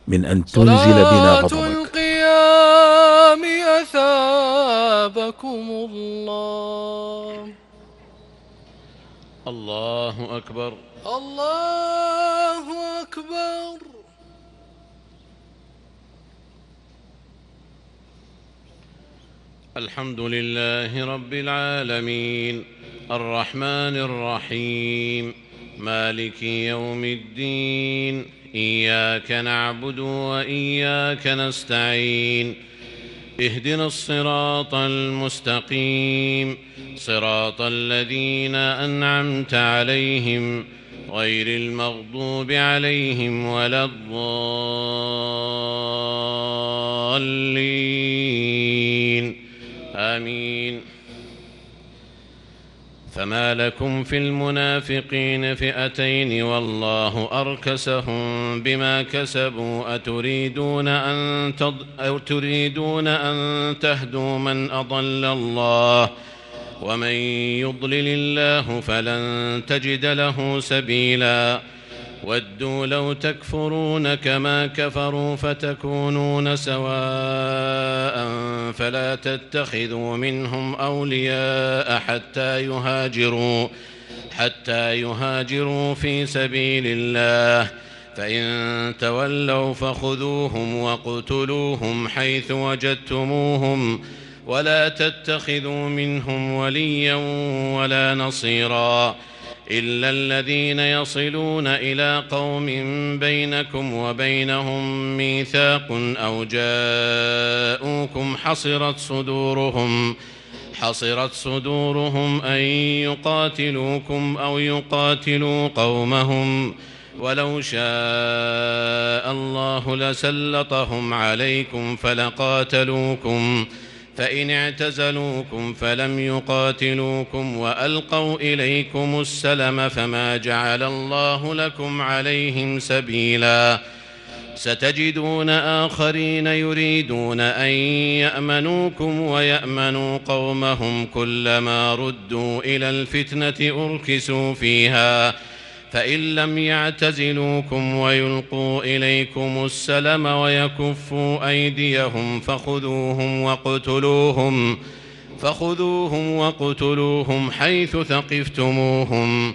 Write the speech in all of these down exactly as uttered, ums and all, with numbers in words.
من أن تنزل بنا صلاة غضبك. القيام أثابكم الله. الله أكبر. الله أكبر. الحمد لله رب العالمين الرحمن الرحيم مالك يوم الدين، إياك نعبد وإياك نستعين، اهدنا الصراط المستقيم، صراط الذين أنعمت عليهم غير المغضوب عليهم ولا الضالين، آمين. فما لكم في المنافقين فئتين والله أركسهم بما كسبوا، أتريدون أن, تض... أو تريدون أن تهدوا من أضل الله، ومن يضلل الله فلن تجد له سبيلا. ودوا لو تكفرون كما كفروا فتكونون سواء، فلا تتخذوا منهم أولياء حتى يهاجروا حتى يهاجروا في سبيل الله، فإن تولوا فخذوهم واقتلوهم حيث وجدتموهم، ولا تتخذوا منهم وليا ولا نصيرا، إلا الذين يصلون إلى قوم بينكم وبينهم ميثاق أو جاءوكم حصرت صدورهم حصرت صدورهم أن يقاتلوكم أو يقاتلوا قومهم، ولو شاء الله لسلطهم عليكم فلقاتلوكم، فإن اعتزلوكم فلم يقاتلوكم وألقوا إليكم السلم فما جعل الله لكم عليهم سبيلا. ستجدون آخرين يريدون أن يأمنوكم ويأمنوا قومهم، كلما ردوا إلى الفتنة أركسوا فيها، فإن لم يعتزلوكم ويلقوا إليكم السلم ويكفوا أيديهم فخذوهم واقتلوهم فخذوهم واقتلوهم حيث ثقفتموهم،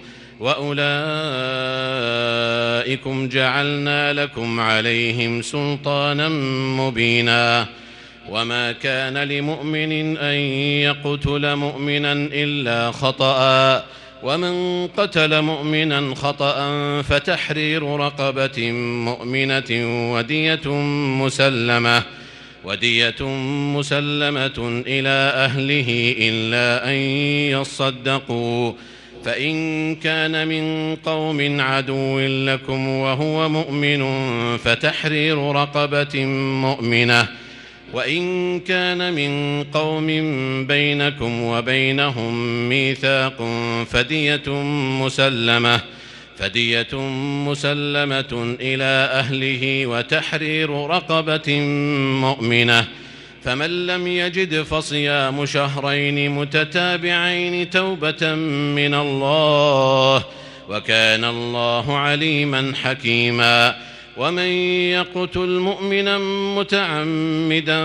وأولئكم جعلنا لكم عليهم سلطانا مبينا. وما كان لمؤمن أن يقتل مؤمنا إلا خطأ، ومن قتل مؤمنا خطأ فتحرير رقبة مؤمنة ودية مسلمة ودية مسلمة إلى أهله إلا أن يصدقوا، فإن كان من قوم عدو لكم وهو مؤمن فتحرير رقبة مؤمنة، وإن كان من قوم بينكم وبينهم ميثاق فدية مسلمة فدية مسلمة إلى أهله وتحرير رقبة مؤمنة، فمن لم يجد فصيام شهرين متتابعين توبة من الله، وكان الله عليما حكيما. ومن يقتل مؤمنا متعمدا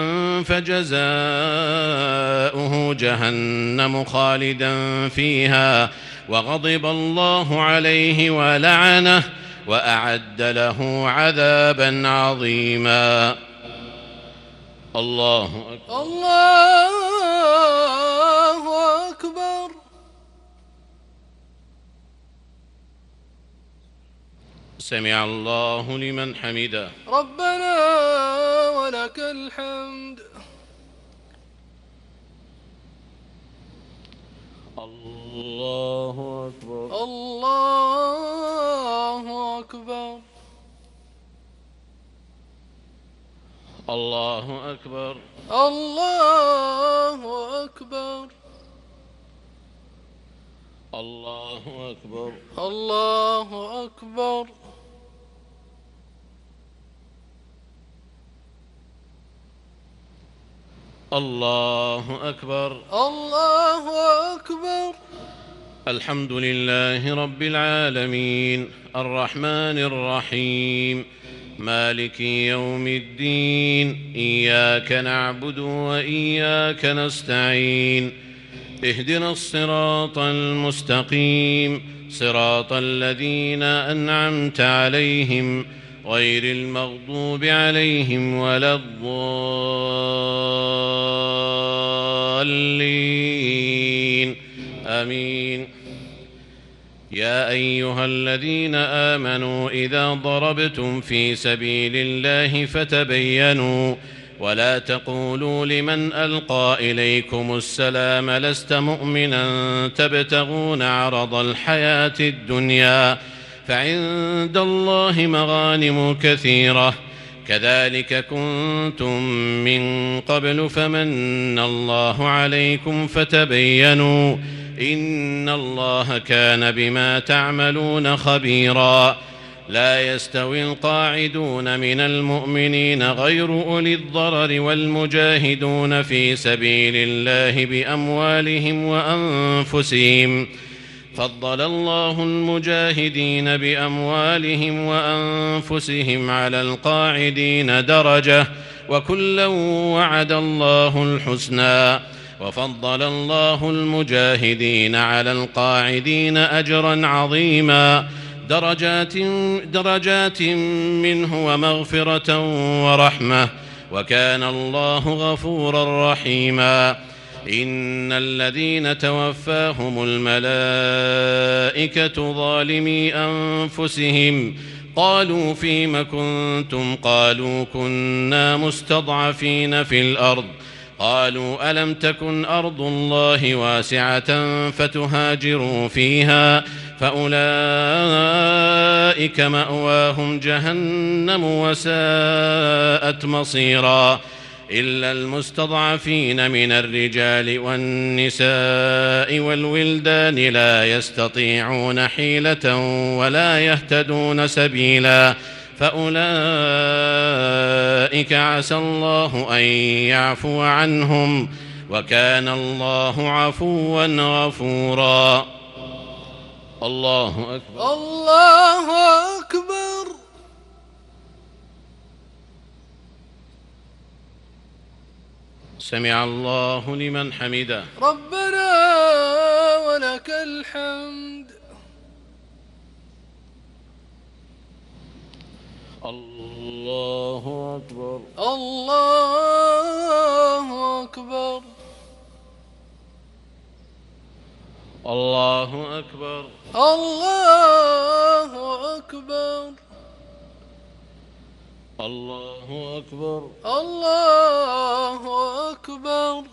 فجزاؤه جهنم خالدا فيها وغضب الله عليه ولعنه وأعد له عذابا عظيما. الله أكبر. الله أكبر. سمع الله لمن حمده. ربنا ولك الحمد. الله أكبر. الله أكبر. الله أكبر. الله أكبر. الله أكبر. الله أكبر. الله أكبر. الله أكبر. الحمد لله رب العالمين الرحمن الرحيم مالك يوم الدين إياك نعبد وإياك نستعين اهدنا الصراط المستقيم صراط الذين أنعمت عليهم غير المغضوب عليهم ولا الضالين آمين. يا أيها الذين آمنوا إذا ضربتم في سبيل الله فتبينوا ولا تقولوا لمن ألقى إليكم السلام لست مؤمنا تبتغون عرض الحياة الدنيا فعند الله مغانم كثيرة كذلك كنتم من قبل فمن الله عليكم فتبينوا إن الله كان بما تعملون خبيرا. لا يستوي القاعدون من المؤمنين غير أولي الضرر والمجاهدون في سبيل الله بأموالهم وأنفسهم فضل الله المجاهدين بأموالهم وأنفسهم على القاعدين درجة وكلا وعد الله الحسنى وفضل الله المجاهدين على القاعدين أجرا عظيما درجات, درجات منه ومغفرة ورحمة وكان الله غفورا رحيما. إن الذين توفاهم الملائكة ظالمي أنفسهم قالوا فيم كنتم قالوا كنا مستضعفين في الأرض قالوا ألم تكن أرض الله واسعة فتهاجروا فيها فأولئك مأواهم جهنم وساءت مصيرا إلا المستضعفين من الرجال والنساء والولدان لا يستطيعون حيلة ولا يهتدون سبيلا فأولئك عسى الله أن يعفو عنهم وكان الله عفوا غفورا. الله أكبر. الله أكبر. سمع الله لمن حمده. ربنا ولك الحمد. الله أكبر. الله أكبر. الله أكبر. الله أكبر. الله أكبر. الله أكبر.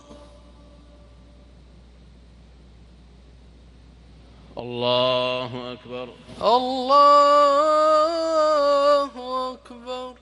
الله أكبر. الله أكبر.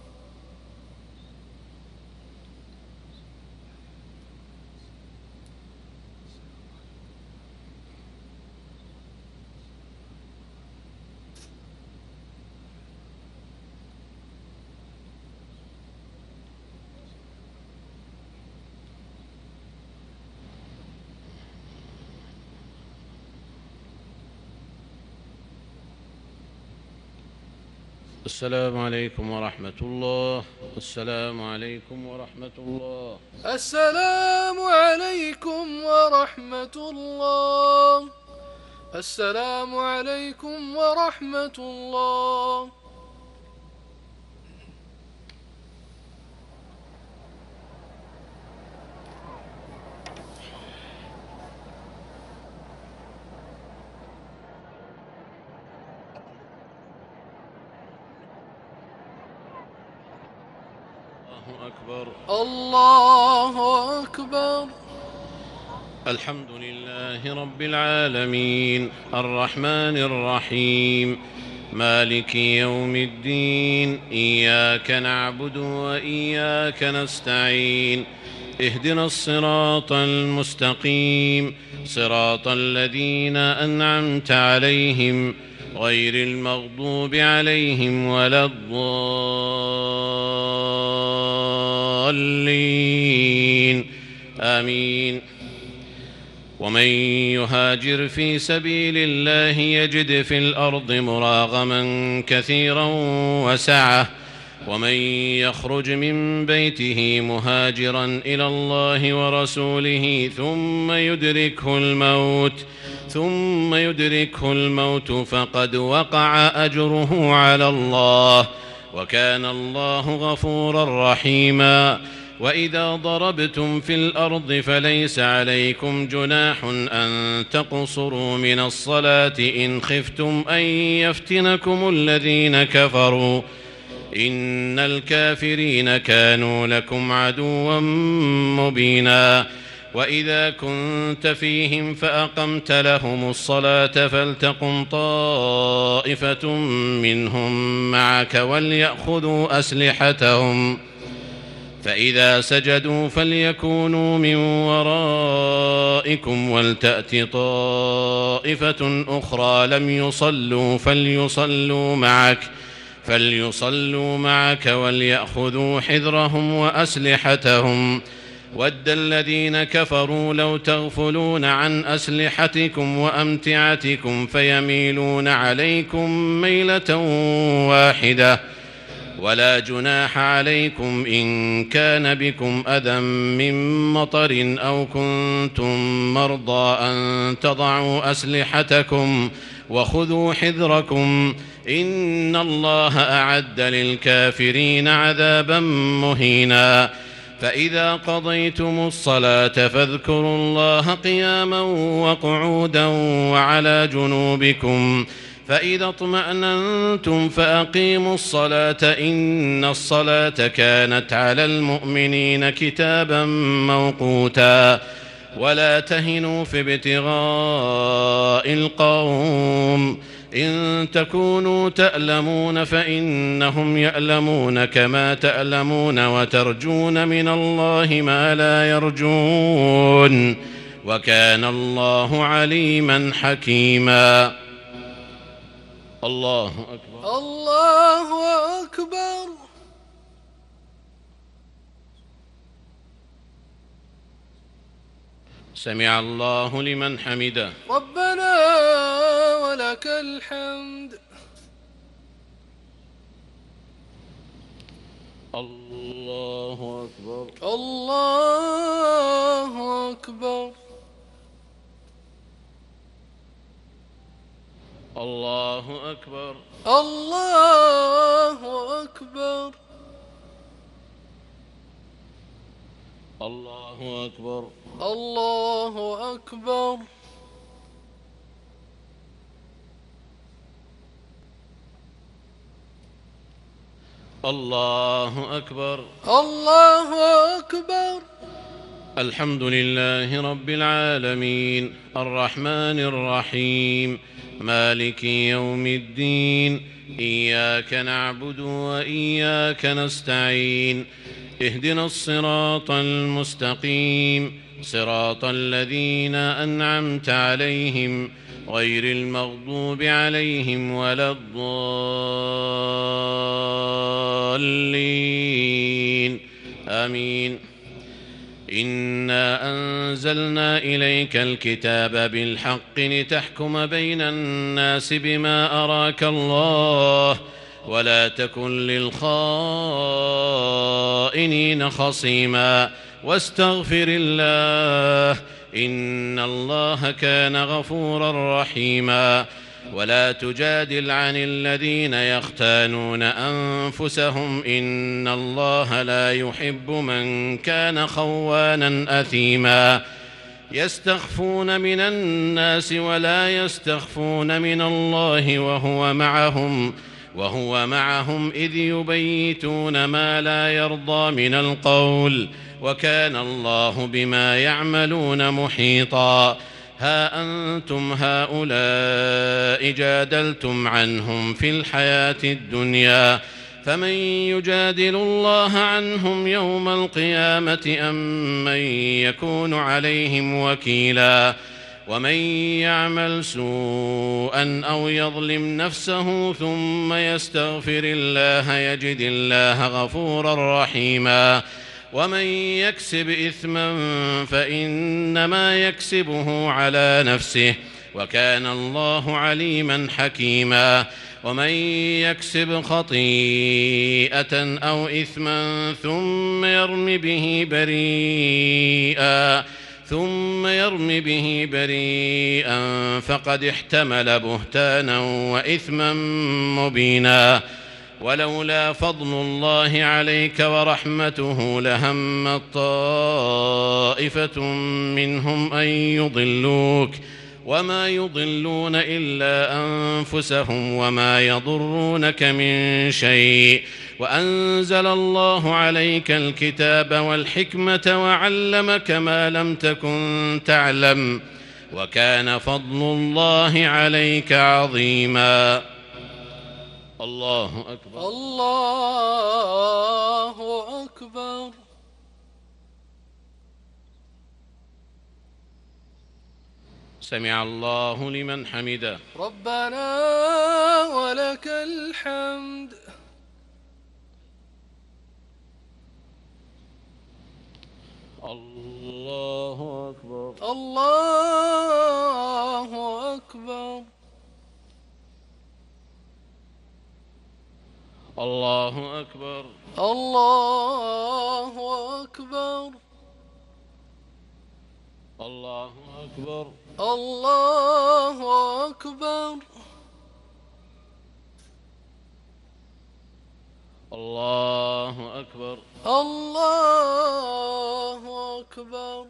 السلام عليكم ورحمة الله. السلام عليكم ورحمة الله. السلام عليكم ورحمة الله. السلام عليكم ورحمة الله. أكبر. الله أكبر. الحمد لله رب العالمين الرحمن الرحيم مالك يوم الدين إياك نعبد وإياك نستعين اهدنا الصراط المستقيم صراط الذين أنعمت عليهم غير المغضوب عليهم ولا الضالين آمين. ومن يهاجر في سبيل الله يجد في الأرض مراغما كثيرا وسعة ومن يخرج من بيته مهاجرا إلى الله ورسوله ثم يدركه الموت ثم يدركه الموت فقد وقع أجره على الله، وكان الله غفورا رحيما. وإذا ضربتم في الأرض فليس عليكم جناح أن تقصروا من الصلاة إن خفتم أن يفتنكم الذين كفروا، إن الكافرين كانوا لكم عدوا مبينا. وإذا كنت فيهم فأقمت لهم الصلاة فلتقم طائفة منهم معك وليأخذوا أسلحتهم، فإذا سجدوا فليكونوا من ورائكم ولتأت طائفة أخرى لم يصلوا فليصلوا معك فليصلوا معك وليأخذوا حذرهم وأسلحتهم. ود الذين كفروا لو تغفلون عن أسلحتكم وأمتعتكم فيميلون عليكم ميلة واحدة. ولا جناح عليكم إن كان بكم أذى من مطر أو كنتم مرضى أن تضعوا أسلحتكم وخذوا حذركم، إن الله أعد للكافرين عذابا مهينا. فإذا قضيتم الصلاة فاذكروا الله قياما وقعودا وعلى جنوبكم، فإذا اطمأننتم فأقيموا الصلاة إن الصلاة كانت على المؤمنين كتابا موقوتا. ولا تهنوا في ابتغاء القوم، إن تكونوا تألمون فإنهم يألمون كما تألمون وترجون من الله ما لا يرجون، وكان الله عليما حكيما. الله أكبر. الله أكبر. سمع الله لمن حمده. ربنا ولك الحمد. الله أكبر. الله أكبر. الله أكبر. الله أكبر. الله أكبر. الله أكبر. الله أكبر. الله أكبر. الحمد لله رب العالمين الرحمن الرحيم مالك يوم الدين، إياك نعبد وإياك نستعين، اهدنا الصراط المستقيم صراط الذين أنعمت عليهم غير المغضوب عليهم ولا الضالين آمين. إنا أنزلنا إليك الكتاب بالحق لتحكم بين الناس بما أراك الله ولا تكن للخائنين خصيما واستغفر الله إن الله كان غفورا رحيما. ولا تجادل عن الذين يختانون أنفسهم إن الله لا يحب من كان خوانا أثيما. يستخفون من الناس ولا يستخفون من الله وهو معهم وهو معهم إذ يبيتون ما لا يرضى من القول وكان الله بما يعملون محيطا. ها أنتم هؤلاء جادلتم عنهم في الحياة الدنيا فمن يجادل الله عنهم يوم القيامة أم من يكون عليهم وكيلا. ومن يعمل سوءا أو يظلم نفسه ثم يستغفر الله يجد الله غفورا رحيما. ومن يكسب إثما فإنما يكسبه على نفسه وكان الله عليما حكيما. ومن يكسب خطيئة أو إثما ثم يرم به بريئا ثم يرم به بريئا فقد احتمل بهتانا وإثما مبينا. ولولا فضل الله عليك ورحمته لهمت طائفة منهم أن يضلوك وما يضلون إلا أنفسهم وما يضرونك من شيء وأنزل الله عليك الكتاب والحكمة وعلمك ما لم تكن تعلم وكان فضل الله عليك عظيما. الله أكبر. الله أكبر. سمع الله لمن حمده. ربنا ولك الحمد. الله أكبر. الله أكبر. الله أكبر. الله أكبر. الله أكبر. الله أكبر. الله أكبر. الله أكبر.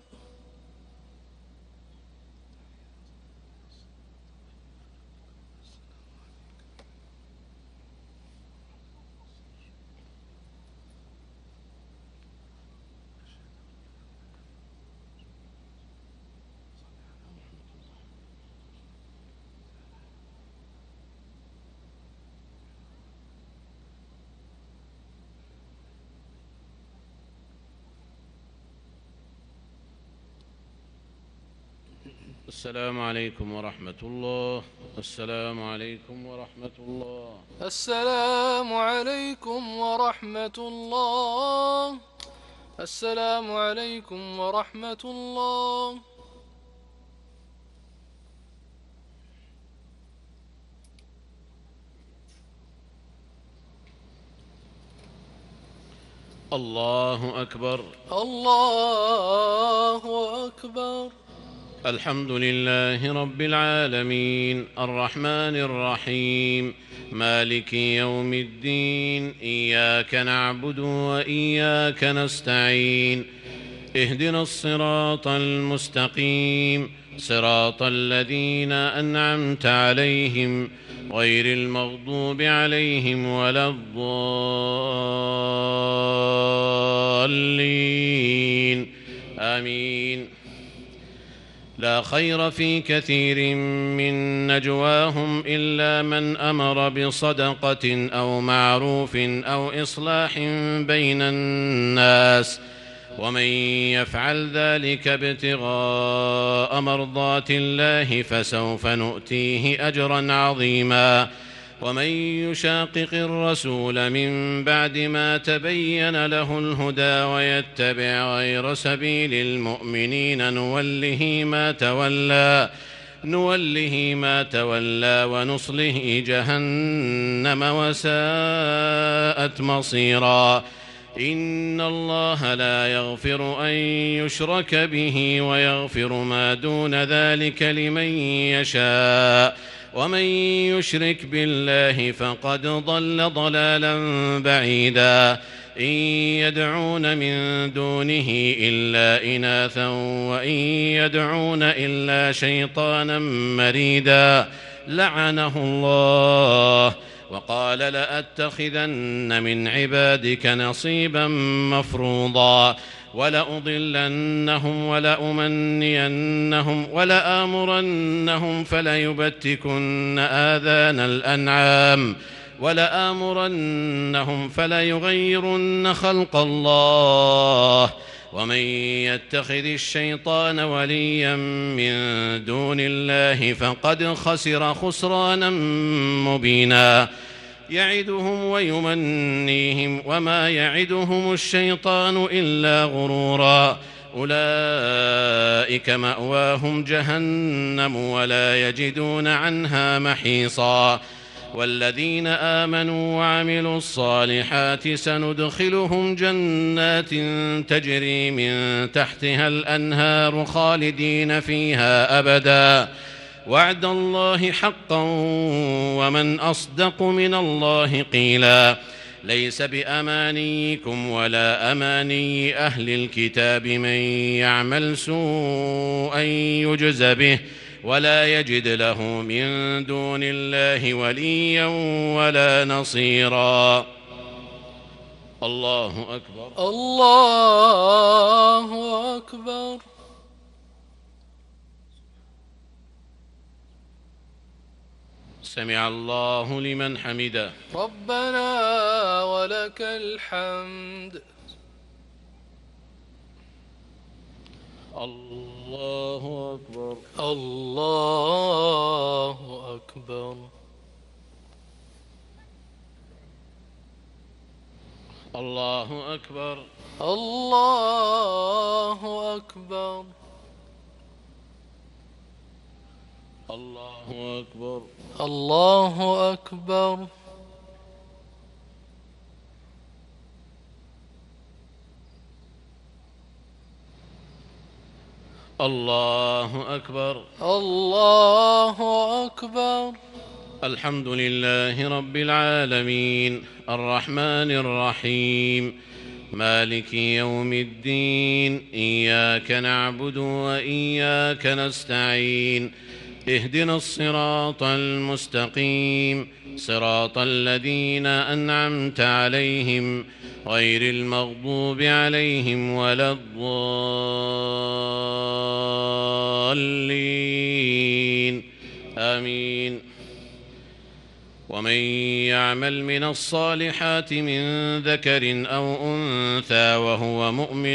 السلام عليكم ورحمة الله. السلام عليكم ورحمة الله. السلام عليكم ورحمة الله. السلام عليكم ورحمة الله. الله أكبر. الله أكبر. الحمد لله رب العالمين الرحمن الرحيم مالك يوم الدين إياك نعبد وإياك نستعين اهدنا الصراط المستقيم صراط الذين أنعمت عليهم غير المغضوب عليهم ولا الضالين آمين. لا خير في كثير من نجواهم إلا من أمر بصدقة أو معروف أو إصلاح بين الناس ومن يفعل ذلك ابتغاء مرضات الله فسوف نؤتيه أجرا عظيما. ومن يشاقق الرسول من بعد ما تبين له الهدى ويتبع غير سبيل المؤمنين نوله ما تولى نوله ما تولى ونصله جهنم وساءت مصيرا. إن الله لا يغفر أن يشرك به ويغفر ما دون ذلك لمن يشاء ومن يشرك بالله فقد ضل ضلالا بعيدا. إن يدعون من دونه إلا إناثا وإن يدعون إلا شيطانا مريدا لعنه الله وقال لأتخذن من عبادك نصيبا مفروضا ولأضلنهم ولأمنينهم ولآمرنهم فليبتكن آذان الأنعام ولآمرنهم فليغيرن خلق الله ومن يتخذ الشيطان وليا من دون الله فقد خسر خسرانا مبينا. يعدهم ويمنيهم وما يعدهم الشيطان إلا غرورا. أولئك مأواهم جهنم ولا يجدون عنها محيصا. والذين آمنوا وعملوا الصالحات سندخلهم جنات تجري من تحتها الأنهار خالدين فيها أبدا وعد الله حقا ومن أصدق من الله قيلا ليس بأمانيكم ولا أماني أهل الكتاب من يعمل سوءا يجز به ولا يجد له من دون الله وليا ولا نصيرا. الله أكبر. الله أكبر. سمع الله لمن حمده. ربنا ولك الحمد. الله أكبر. الله أكبر. الله أكبر. الله أكبر. الله أكبر. الله أكبر. الله أكبر. الله أكبر. الحمد لله رب العالمين الرحمن الرحيم مالك يوم الدين إياك نعبد وإياك نستعين اهدنا الصراط المستقيم صراط الذين أنعمت عليهم غير المغضوب عليهم ولا الضالين آمين. ومن يعمل من الصالحات من ذكر أو أنثى وهو مؤمن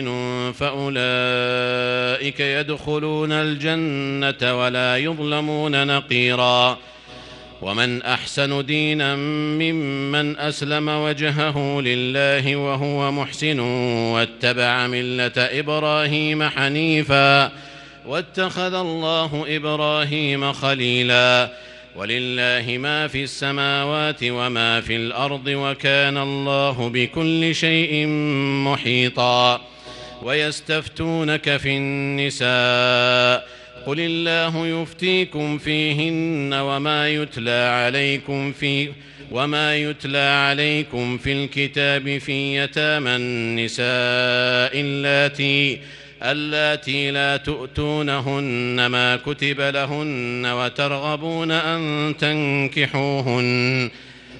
فأولئك يدخلون الجنة ولا يظلمون نقيرا. ومن أحسن دينا ممن أسلم وجهه لله وهو محسن واتبع ملة إبراهيم حنيفا واتخذ الله إبراهيم خليلا. ولله ما في السماوات وما في الأرض وكان الله بكل شيء محيطا. ويستفتونك في النساء قل الله يفتيكم فيهن وما يتلى عليكم في وما يتلى عليكم في الكتاب في يتامى النساء اللاتي اللاتي لا تؤتونهن ما كتب لهن وترغبون أن تنكحوهن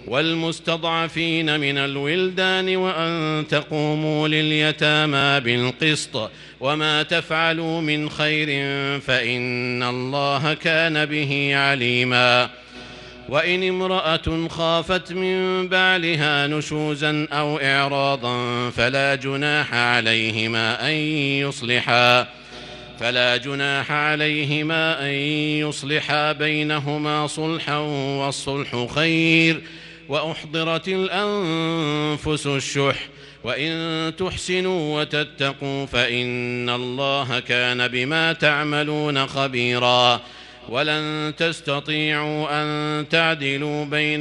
والمستضعفين من الولدان وأن تقوموا لليتامى بالقسط وما تفعلوا من خير فإن الله كان به عليما. وإن امرأة خافت من بعلها نشوزا أو إعراضا فلا جناح عليهما أن يصلحا فلا جناح عليهما أن يصلحا بينهما صلحا والصلح خير وأحضرت الأنفس الشح وإن تحسنوا وتتقوا فإن الله كان بما تعملون خبيرا. ولن تستطيعوا أن تعدلوا بين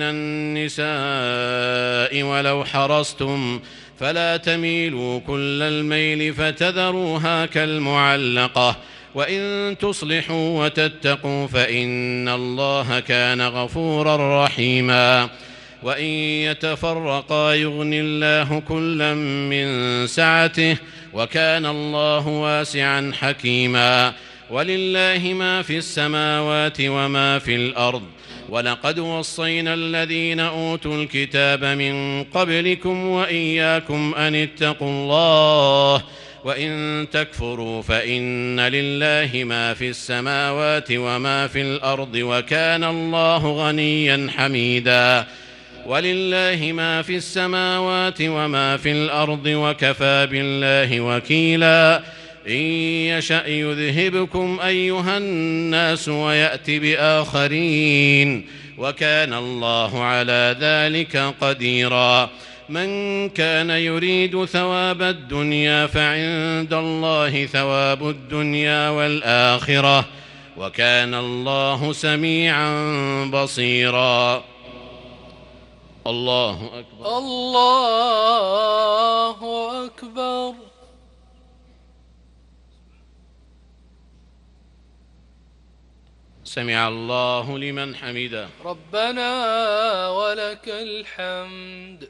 النساء ولو حرصتم فلا تميلوا كل الميل فتذروها كالمعلقة وإن تصلحوا وتتقوا فإن الله كان غفورا رحيما. وإن يتفرقا يغن الله كلا من سعته وكان الله واسعا حكيما. ولله ما في السماوات وما في الأرض ولقد وصينا الذين أوتوا الكتاب من قبلكم وإياكم أن اتقوا الله وإن تكفروا فإن لله ما في السماوات وما في الأرض وكان الله غنيا حميدا. ولله ما في السماوات وما في الأرض وكفى بالله وكيلا. إن يشأ يذهبكم أيها الناس ويأت بآخرين وكان الله على ذلك قديرا. من كان يريد ثواب الدنيا فعند الله ثواب الدنيا والآخرة وكان الله سميعا بصيرا. الله أكبر. الله أكبر. سمع الله لمن حمده. ربنا ولك الحمد.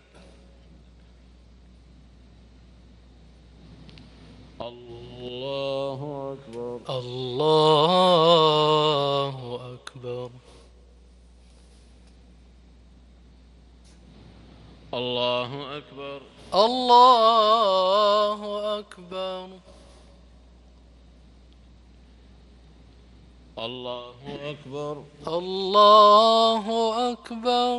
الله أكبر. الله أكبر. الله أكبر. الله أكبر. الله أكبر. الله أكبر.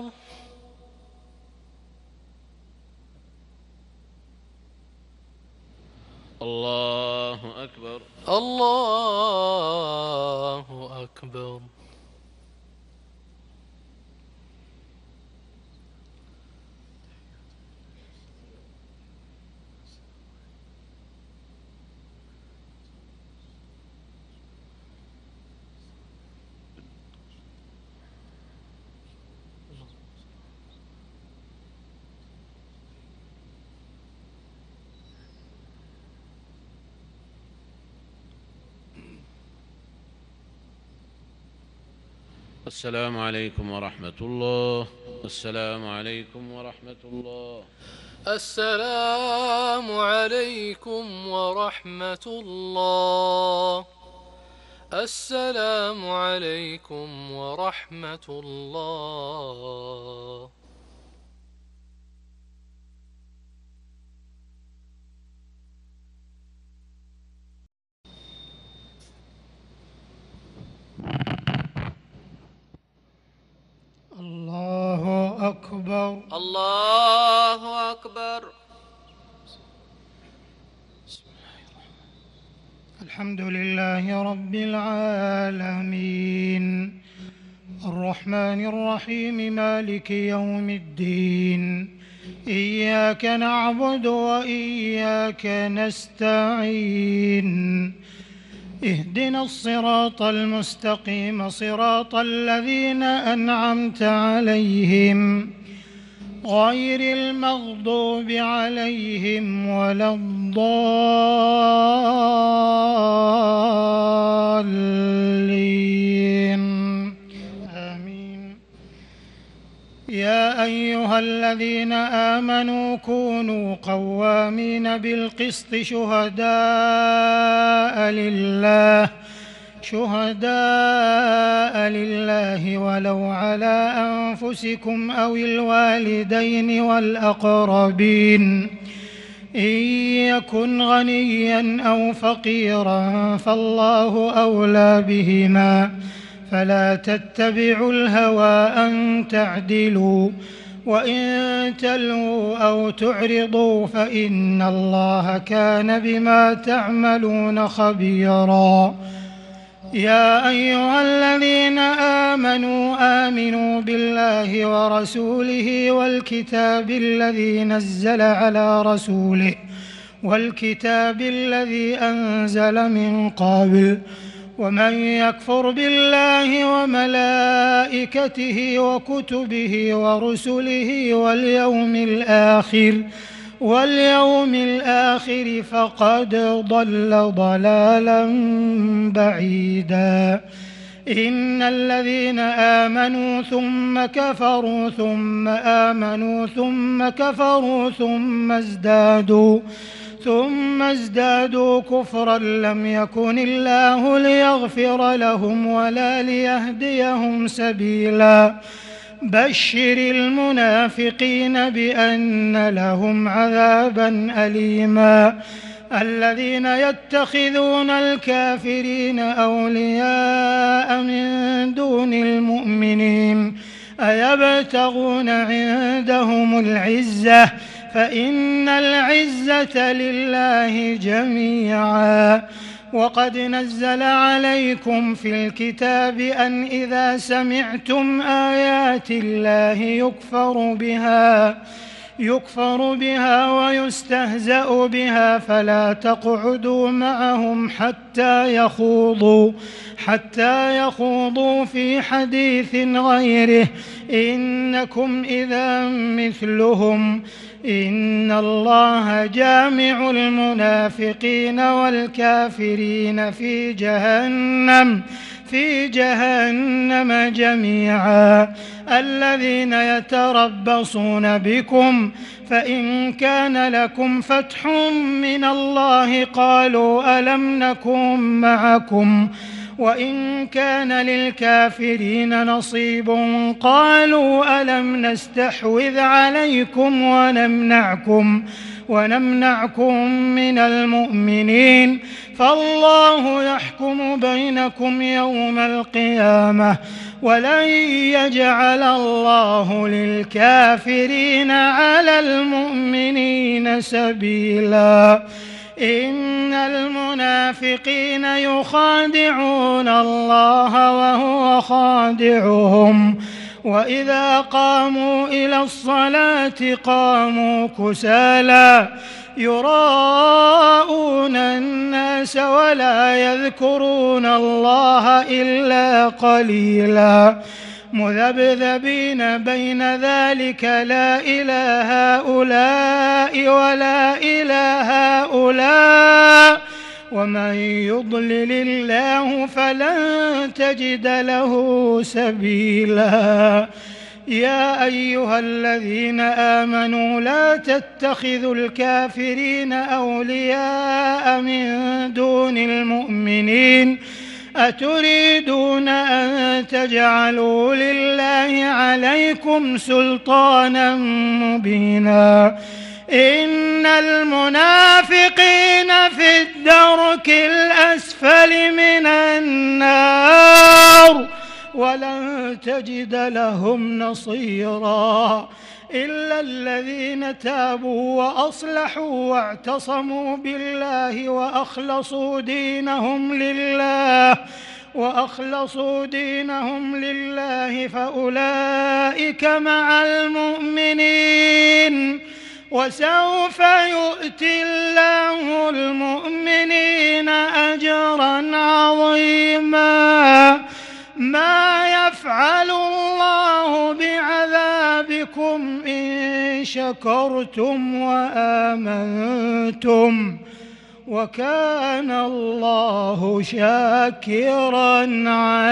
الله أكبر. الله أكبر. السلام عليكم ورحمة الله. السلام عليكم ورحمة الله. السلام عليكم ورحمة الله. السلام عليكم ورحمة الله. الله أكبر. الله أكبر. الحمد لله رب العالمين الرحمن الرحيم مالك يوم الدين إياك نعبد وإياك نستعين اهدنا الصراط المستقيم صراط الذين أنعمت عليهم غير المغضوب عليهم ولا الضالين آمين. يا أيها الذين آمنوا كونوا قوامين بالقسط شهداء لله شهداء لله ولو على أنفسكم أو الوالدين والأقربين إن يكن غنيا أو فقيرا فالله أولى بهما فلا تتبعوا الهوى أن تعدلوا وإن تلووا أو تعرضوا فإن الله كان بما تعملون خبيرا. يا أيها الذين آمنوا آمنوا بالله ورسوله والكتاب الذي نزل على رسوله والكتاب الذي أنزل من قبل ومن يكفر بالله وملائكته وكتبه ورسله واليوم الآخر واليوم الآخر فقد ضل ضلالا بعيدا. إن الذين آمنوا ثم كفروا ثم آمنوا ثم كفروا ثم ازدادوا ثم ازدادوا كفرا لم يكن الله ليغفر لهم ولا ليهديهم سبيلا. بشر المنافقين بأن لهم عذابا أليما. الذين يتخذون الكافرين أولياء من دون المؤمنين أيبتغون عندهم العزة فإن العزة لله جميعا. وقد نزل عليكم في الكتاب أن إذا سمعتم آيات الله يكفر بها يكفر بها ويستهزأ بها فلا تقعدوا معهم حتى يخوضوا حتى يخوضوا في حديث غيره إنكم إذا مثلهم إن الله جامع المنافقين والكافرين في جهنم في جهنم جميعا. الذين يتربصون بكم فإن كان لكم فتح من الله قالوا ألم نكن معكم وإن كان للكافرين نصيب قالوا ألم نستحوذ عليكم ونمنعكم ونمنعكم من المؤمنين فالله يحكم بينكم يوم القيامة ولن يجعل الله للكافرين على المؤمنين سبيلا. إن المنافقين يخادعون الله وهو خادعهم وإذا قاموا إلى الصلاة قاموا كسالى يراءون الناس ولا يذكرون الله إلا قليلا مذبذبين بين ذلك لا إلى هؤلاء ولا إلى هؤلاء ومن يضلل الله فلن تجد له سبيلا. يا أيها الذين آمنوا لا تتخذوا الكافرين أولياء من دون المؤمنين أتريدون أن تجعلوا لله عليكم سلطانا مبينا. إن المنافقين في الدرك الأسفل من النار ولن تجد لهم نصيرا إلا الذين تابوا وأصلحوا واعتصموا بالله وأخلصوا دينهم لله وأخلصوا دينهم لله فأولئك مع المؤمنين وسوف يؤتي الله المؤمنين أجرا عظيما. ما يفعل الله بعذابكم إن شكرتم وآمنتم وكان الله شاكرا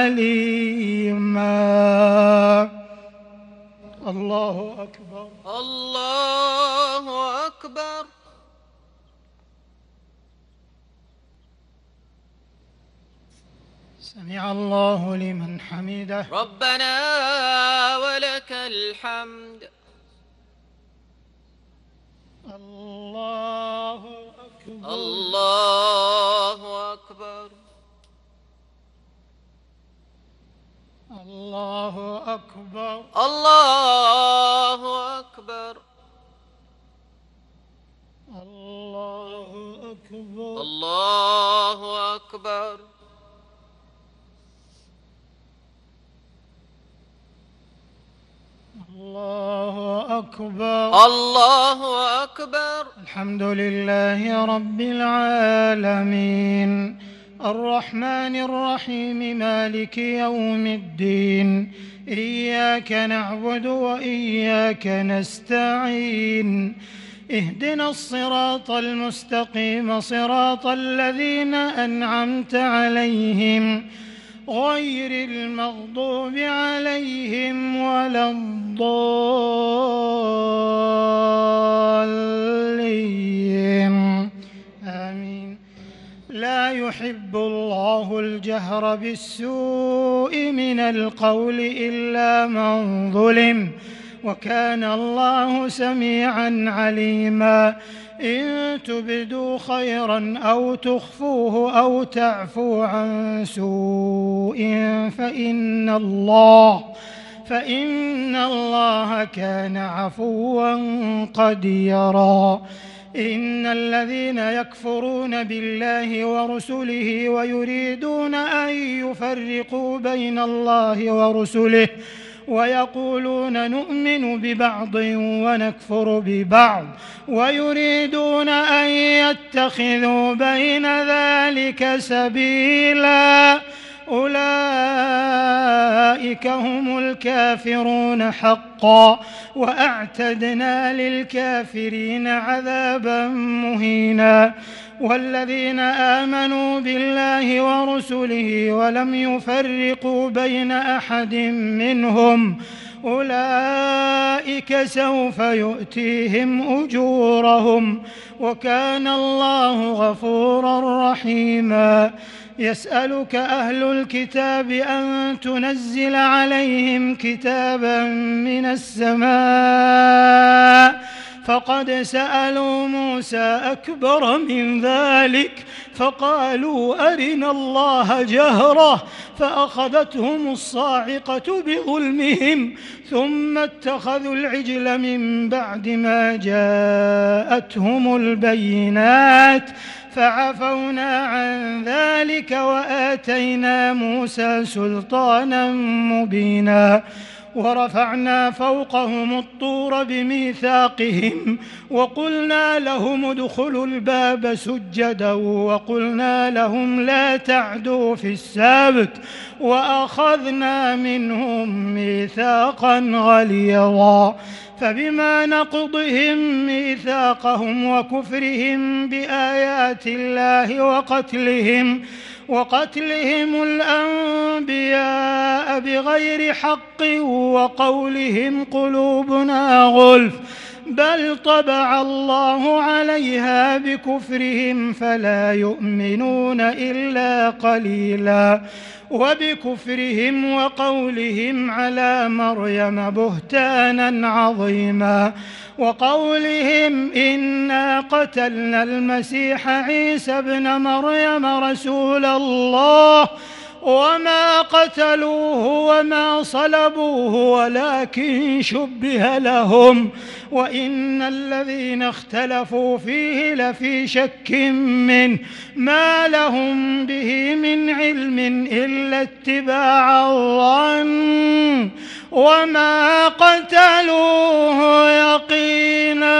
عليما. الله أكبر الله أكبر. سمع الله لمن حمده ربنا ولك الحمد. الله أكبر الله أكبر. الله أكبر الله أكبر. الله أكبر الله أكبر. الله أكبر الله أكبر. الحمد لله رب العالمين الرحمن الرحيم مالك يوم الدين إياك نعبد وإياك نستعين اهدنا الصراط المستقيم صراط الذين أنعمت عليهم غير المغضوب عليهم ولا الضالين آمين. لا يحب الله الجهر بالسوء من القول إلا من ظلم وكان الله سميعا عليما. إن تبدوا خيرا أو تخفوه أو تعفوا عن سوء فإن الله فإن الله كان عفوا قديرا. إن الذين يكفرون بالله ورسله ويريدون أن يفرقوا بين الله ورسله ويقولون نؤمن ببعض ونكفر ببعض ويريدون أن يتخذوا بين ذلك سبيلا أولئك هم الكافرون حقا وأعتدنا للكافرين عذابا مهينا والذين آمنوا بالله ورسله ولم يفرقوا بين أحد منهم أولئك سوف يؤتيهم أجورهم وكان الله غفورا رحيما يسألك أهل الكتاب أن تنزل عليهم كتابا من السماء فقد سألوا موسى أكبر من ذلك فقالوا أرنا الله جهرة فأخذتهم الصاعقة بظلمهم ثم اتخذوا العجل من بعد ما جاءتهم البينات فعفونا عن ذلك وآتينا موسى سلطانا مبينا ورفعنا فوقهم الطور بميثاقهم وقلنا لهم ادخلوا الباب سجدا وقلنا لهم لا تعدوا في السبت وأخذنا منهم ميثاقا غليظا فبما نقضهم ميثاقهم وكفرهم بآيات الله وقتلهم وقتلهم الأنبياء بغير حق وقولهم قلوبنا غلف بل طبع الله عليها بكفرهم فلا يؤمنون إلا قليلا وبكفرهم وقولهم على مريم بهتانا عظيما وقولهم إنا قتلنا المسيح عيسى ابن مريم رسول الله وما قتلوه وما صلبوه ولكن شبه لهم وإن الذين اختلفوا فيه لفي شك منه ما لهم به من علم إلا اتباع الظن وما قتلوه يقينا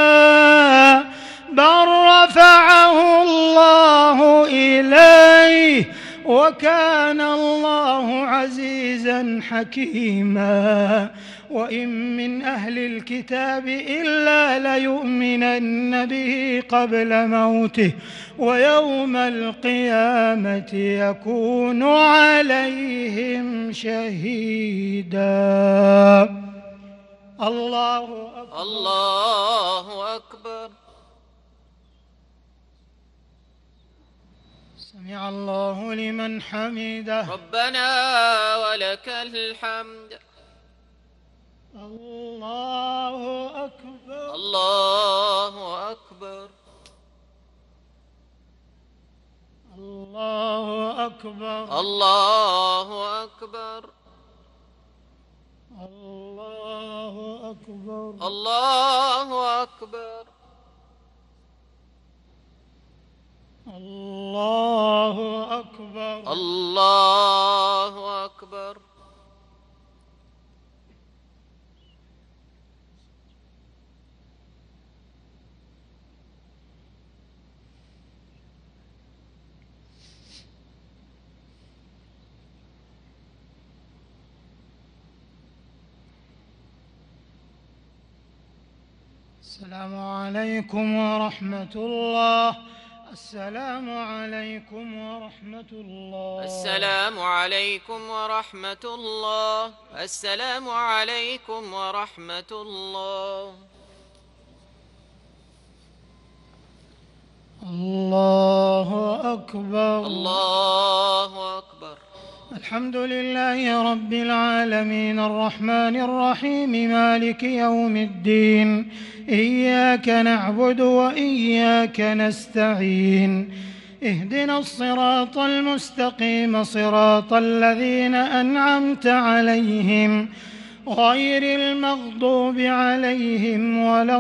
بل رفعه الله إليه وكان الله عزيزا حكيما وإن من أهل الكتاب إلا ليؤمنن به قبل موته ويوم القيامة يكون عليهم شهيدا الله أكبر الله أكبر سمع الله لمن حمده ربنا ولك الحمد الله أكبر الله أكبر الله أكبر الله أكبر الله أكبر الله أكبر الله أكبر الله أكبر السلام عليكم ورحمة الله السلام عليكم ورحمة الله السلام عليكم ورحمة الله السلام عليكم ورحمة الله الله أكبر الله أكبر الحمد لله رب العالمين الرحمن الرحيم مالك يوم الدين إياك نعبد وإياك نستعين اهدنا الصراط المستقيم صراط الذين أنعمت عليهم غير المغضوب عليهم ولا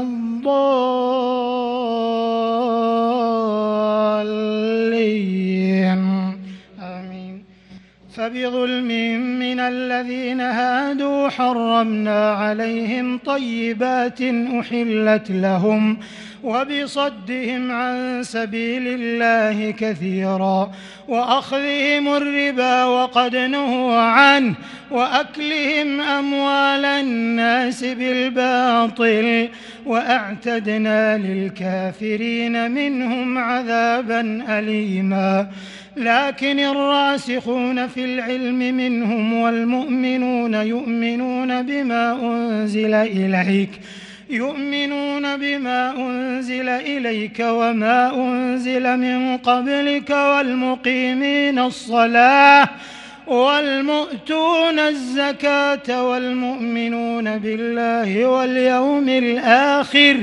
الضالين آمين فبظلم من الذين هادوا حرمنا عليهم طيبات أحلت لهم وبصدهم عن سبيل الله كثيرا وأخذهم الربا وقد نهوا عنه وأكلهم أموال الناس بالباطل وأعتدنا للكافرين منهم عذابا أليما. لكن الراسخون في العلم منهم والمؤمنون يؤمنون بما أنزل إليك يؤمنون بما أنزل إليك وما أنزل من قبلك والمقيمين الصلاة والمؤتون الزكاة والمؤمنون بالله واليوم الآخر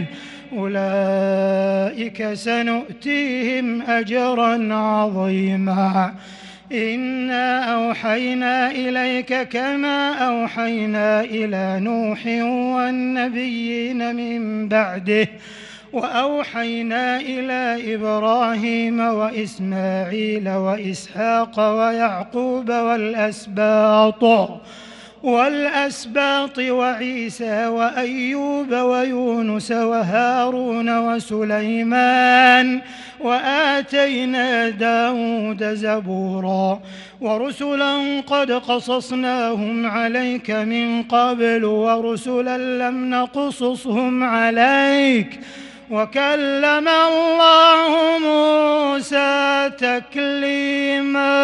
أولئك سنؤتيهم أجرا عظيما. إنا أوحينا إليك كما أوحينا إلى نوح والنبيين من بعده وأوحينا إلى إبراهيم وإسماعيل وإسحاق ويعقوب والأسباط والأسباط وعيسى وأيوب ويونس وهارون وسليمان وآتينا داود زبورا ورسلا قد قصصناهم عليك من قبل ورسلا لم نقصصهم عليك وكلم الله موسى تكليما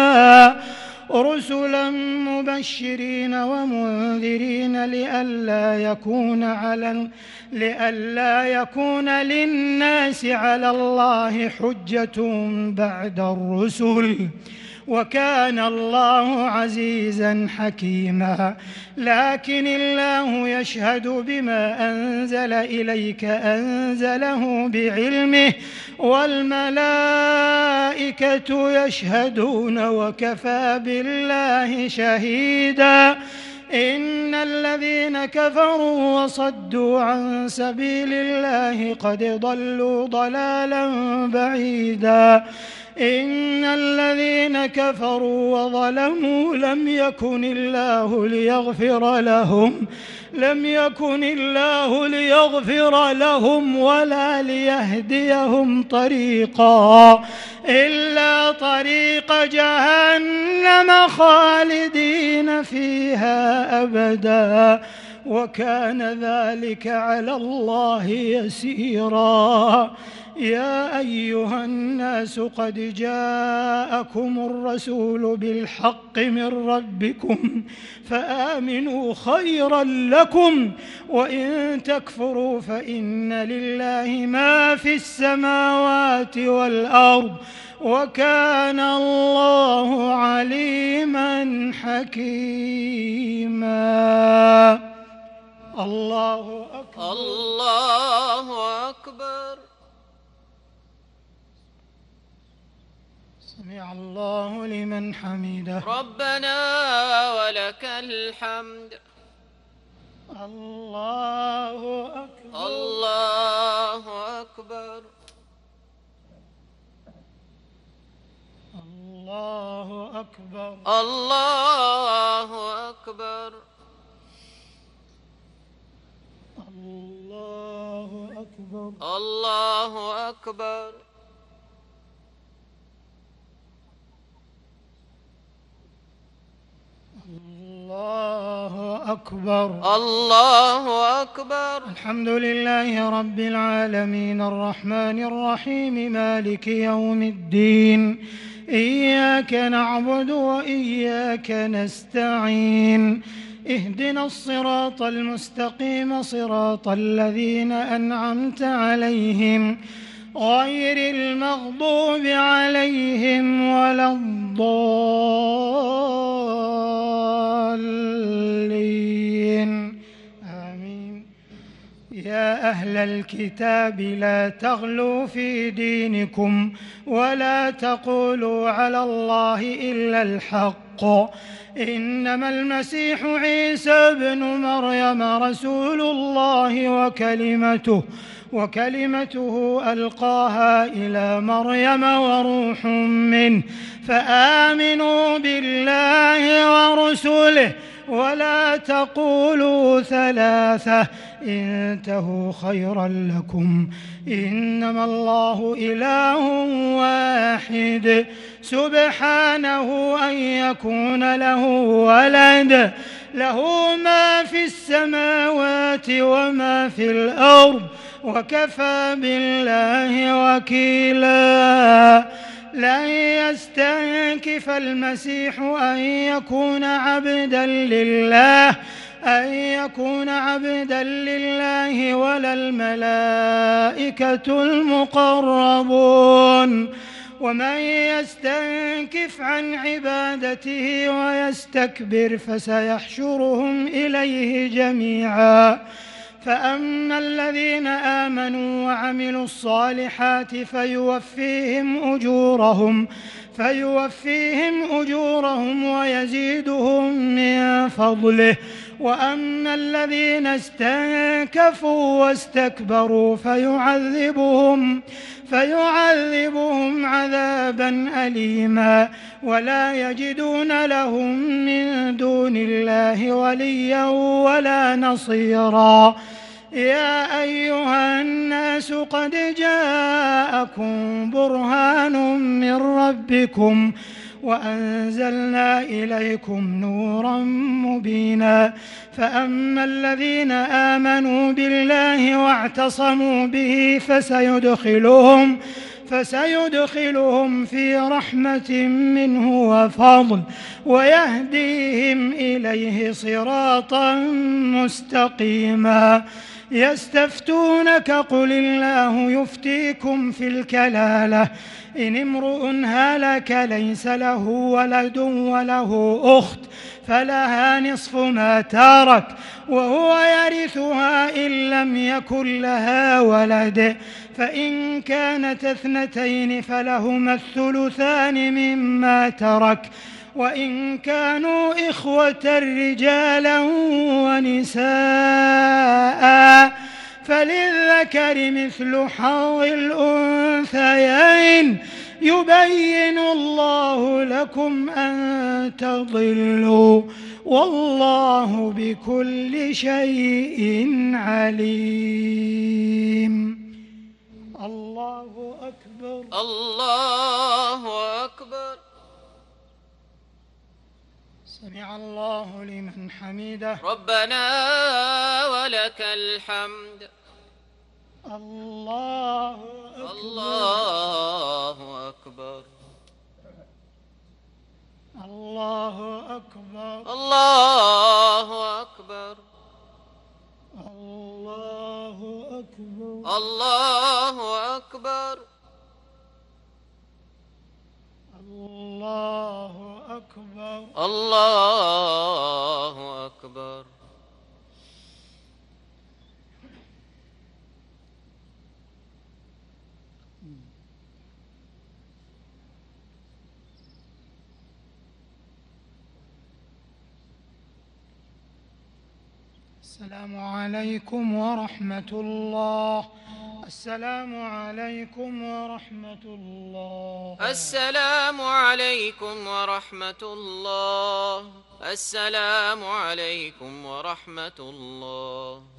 رسلا مبشرين ومنذرين لئلا يكون على لئلا يكون للناس على الله حجة بعد الرسل وكان الله عزيزا حكيما. لكن الله يشهد بما أنزل إليك أنزله بعلمه والملائكة يشهدون وكفى بالله شهيدا. إن الذين كفروا وصدوا عن سبيل الله قد ضلوا ضلالا بعيدا. إن الذين كفروا وظلموا لم يكن الله ليغفر لهم لم يكن الله ليغفر لهم ولا ليهديهم طريقا إلا طريق جهنم خالدين فيها أبدا وكان ذلك على الله يسيرا. يا أيها الناس قد جاءكم الرسول بالحق من ربكم فآمنوا خيرا لكم وإن تكفروا فإن لله ما في السماوات والأرض وكان الله عليما حكيما. الله أكبر. الله أكبر. سمع الله لمن حمده. ربنا ولك الحمد. الله أكبر. الله أكبر. الله أكبر. الله أكبر. الله أكبر. الله أكبر. الله أكبر. الله أكبر. الحمد لله رب العالمين الرحمن الرحيم مالك يوم الدين إياك نعبد وإياك نستعين اهدنا الصراط المستقيم صراط الذين أنعمت عليهم غير المغضوب عليهم ولا الضالين آمين. يا أهل الكتاب لا تغلوا في دينكم ولا تقولوا على الله إلا الحق إنما المسيح عيسى ابن مريم رسول الله وكلمته وكلمته ألقاها إلى مريم وروح منه فآمنوا بالله ورسله ولا تقولوا ثلاثة انتهوا خيرا لكم إنما الله إله واحد سبحانه أن يكون له ولد له ما في السماوات وما في الأرض وكفى بالله وكيلا لن يستنكف المسيح أن يكون عبدا لله أن يكون عبدا لله ولا الملائكة المقربون ومن يستنكف عن عبادته ويستكبر فسيحشرهم إليه جميعا فأما الذين آمنوا وعملوا الصالحات فيوفيهم أجورهم فيوفيهم أجورهم ويزيدهم من فضله وأما الذين استنكفوا واستكبروا فيعذبهم فيعذبهم عذابا أليما ولا يجدون لهم من دون الله وليا ولا نصيرا يا أيها الناس قد جاءكم برهان من ربكم وأنزلنا إليكم نورا مبينا فأما الذين آمنوا بالله واعتصموا به فسيدخلهم فسيدخلهم في رحمة منه وفضل ويهديهم إليه صراطا مستقيما يستفتونك قل الله يفتيكم في الكلالة إن امرؤ هلك ليس له ولد وله أخت فلها نصف ما ترك وهو يرثها إن لم يكن لها ولد فإن كانت اثنتين فلهما الثلثان مما ترك وإن كانوا إخوة رجالا ونساء فللذكر مثل حظ الأنثيين يبين الله لكم أن تضلوا والله بكل شيء عليم. الله أكبر. الله أكبر. سمع الله لمن حمده. ربنا ولك الحمد. الله أكبر. الله أكبر. الله أكبر. الله أكبر. الله أكبر. الله أكبر. الله أكبر. الله أكبر. السلام عليكم ورحمة الله. السلام عليكم ورحمة الله. السلام عليكم ورحمة الله. السلام عليكم ورحمة الله.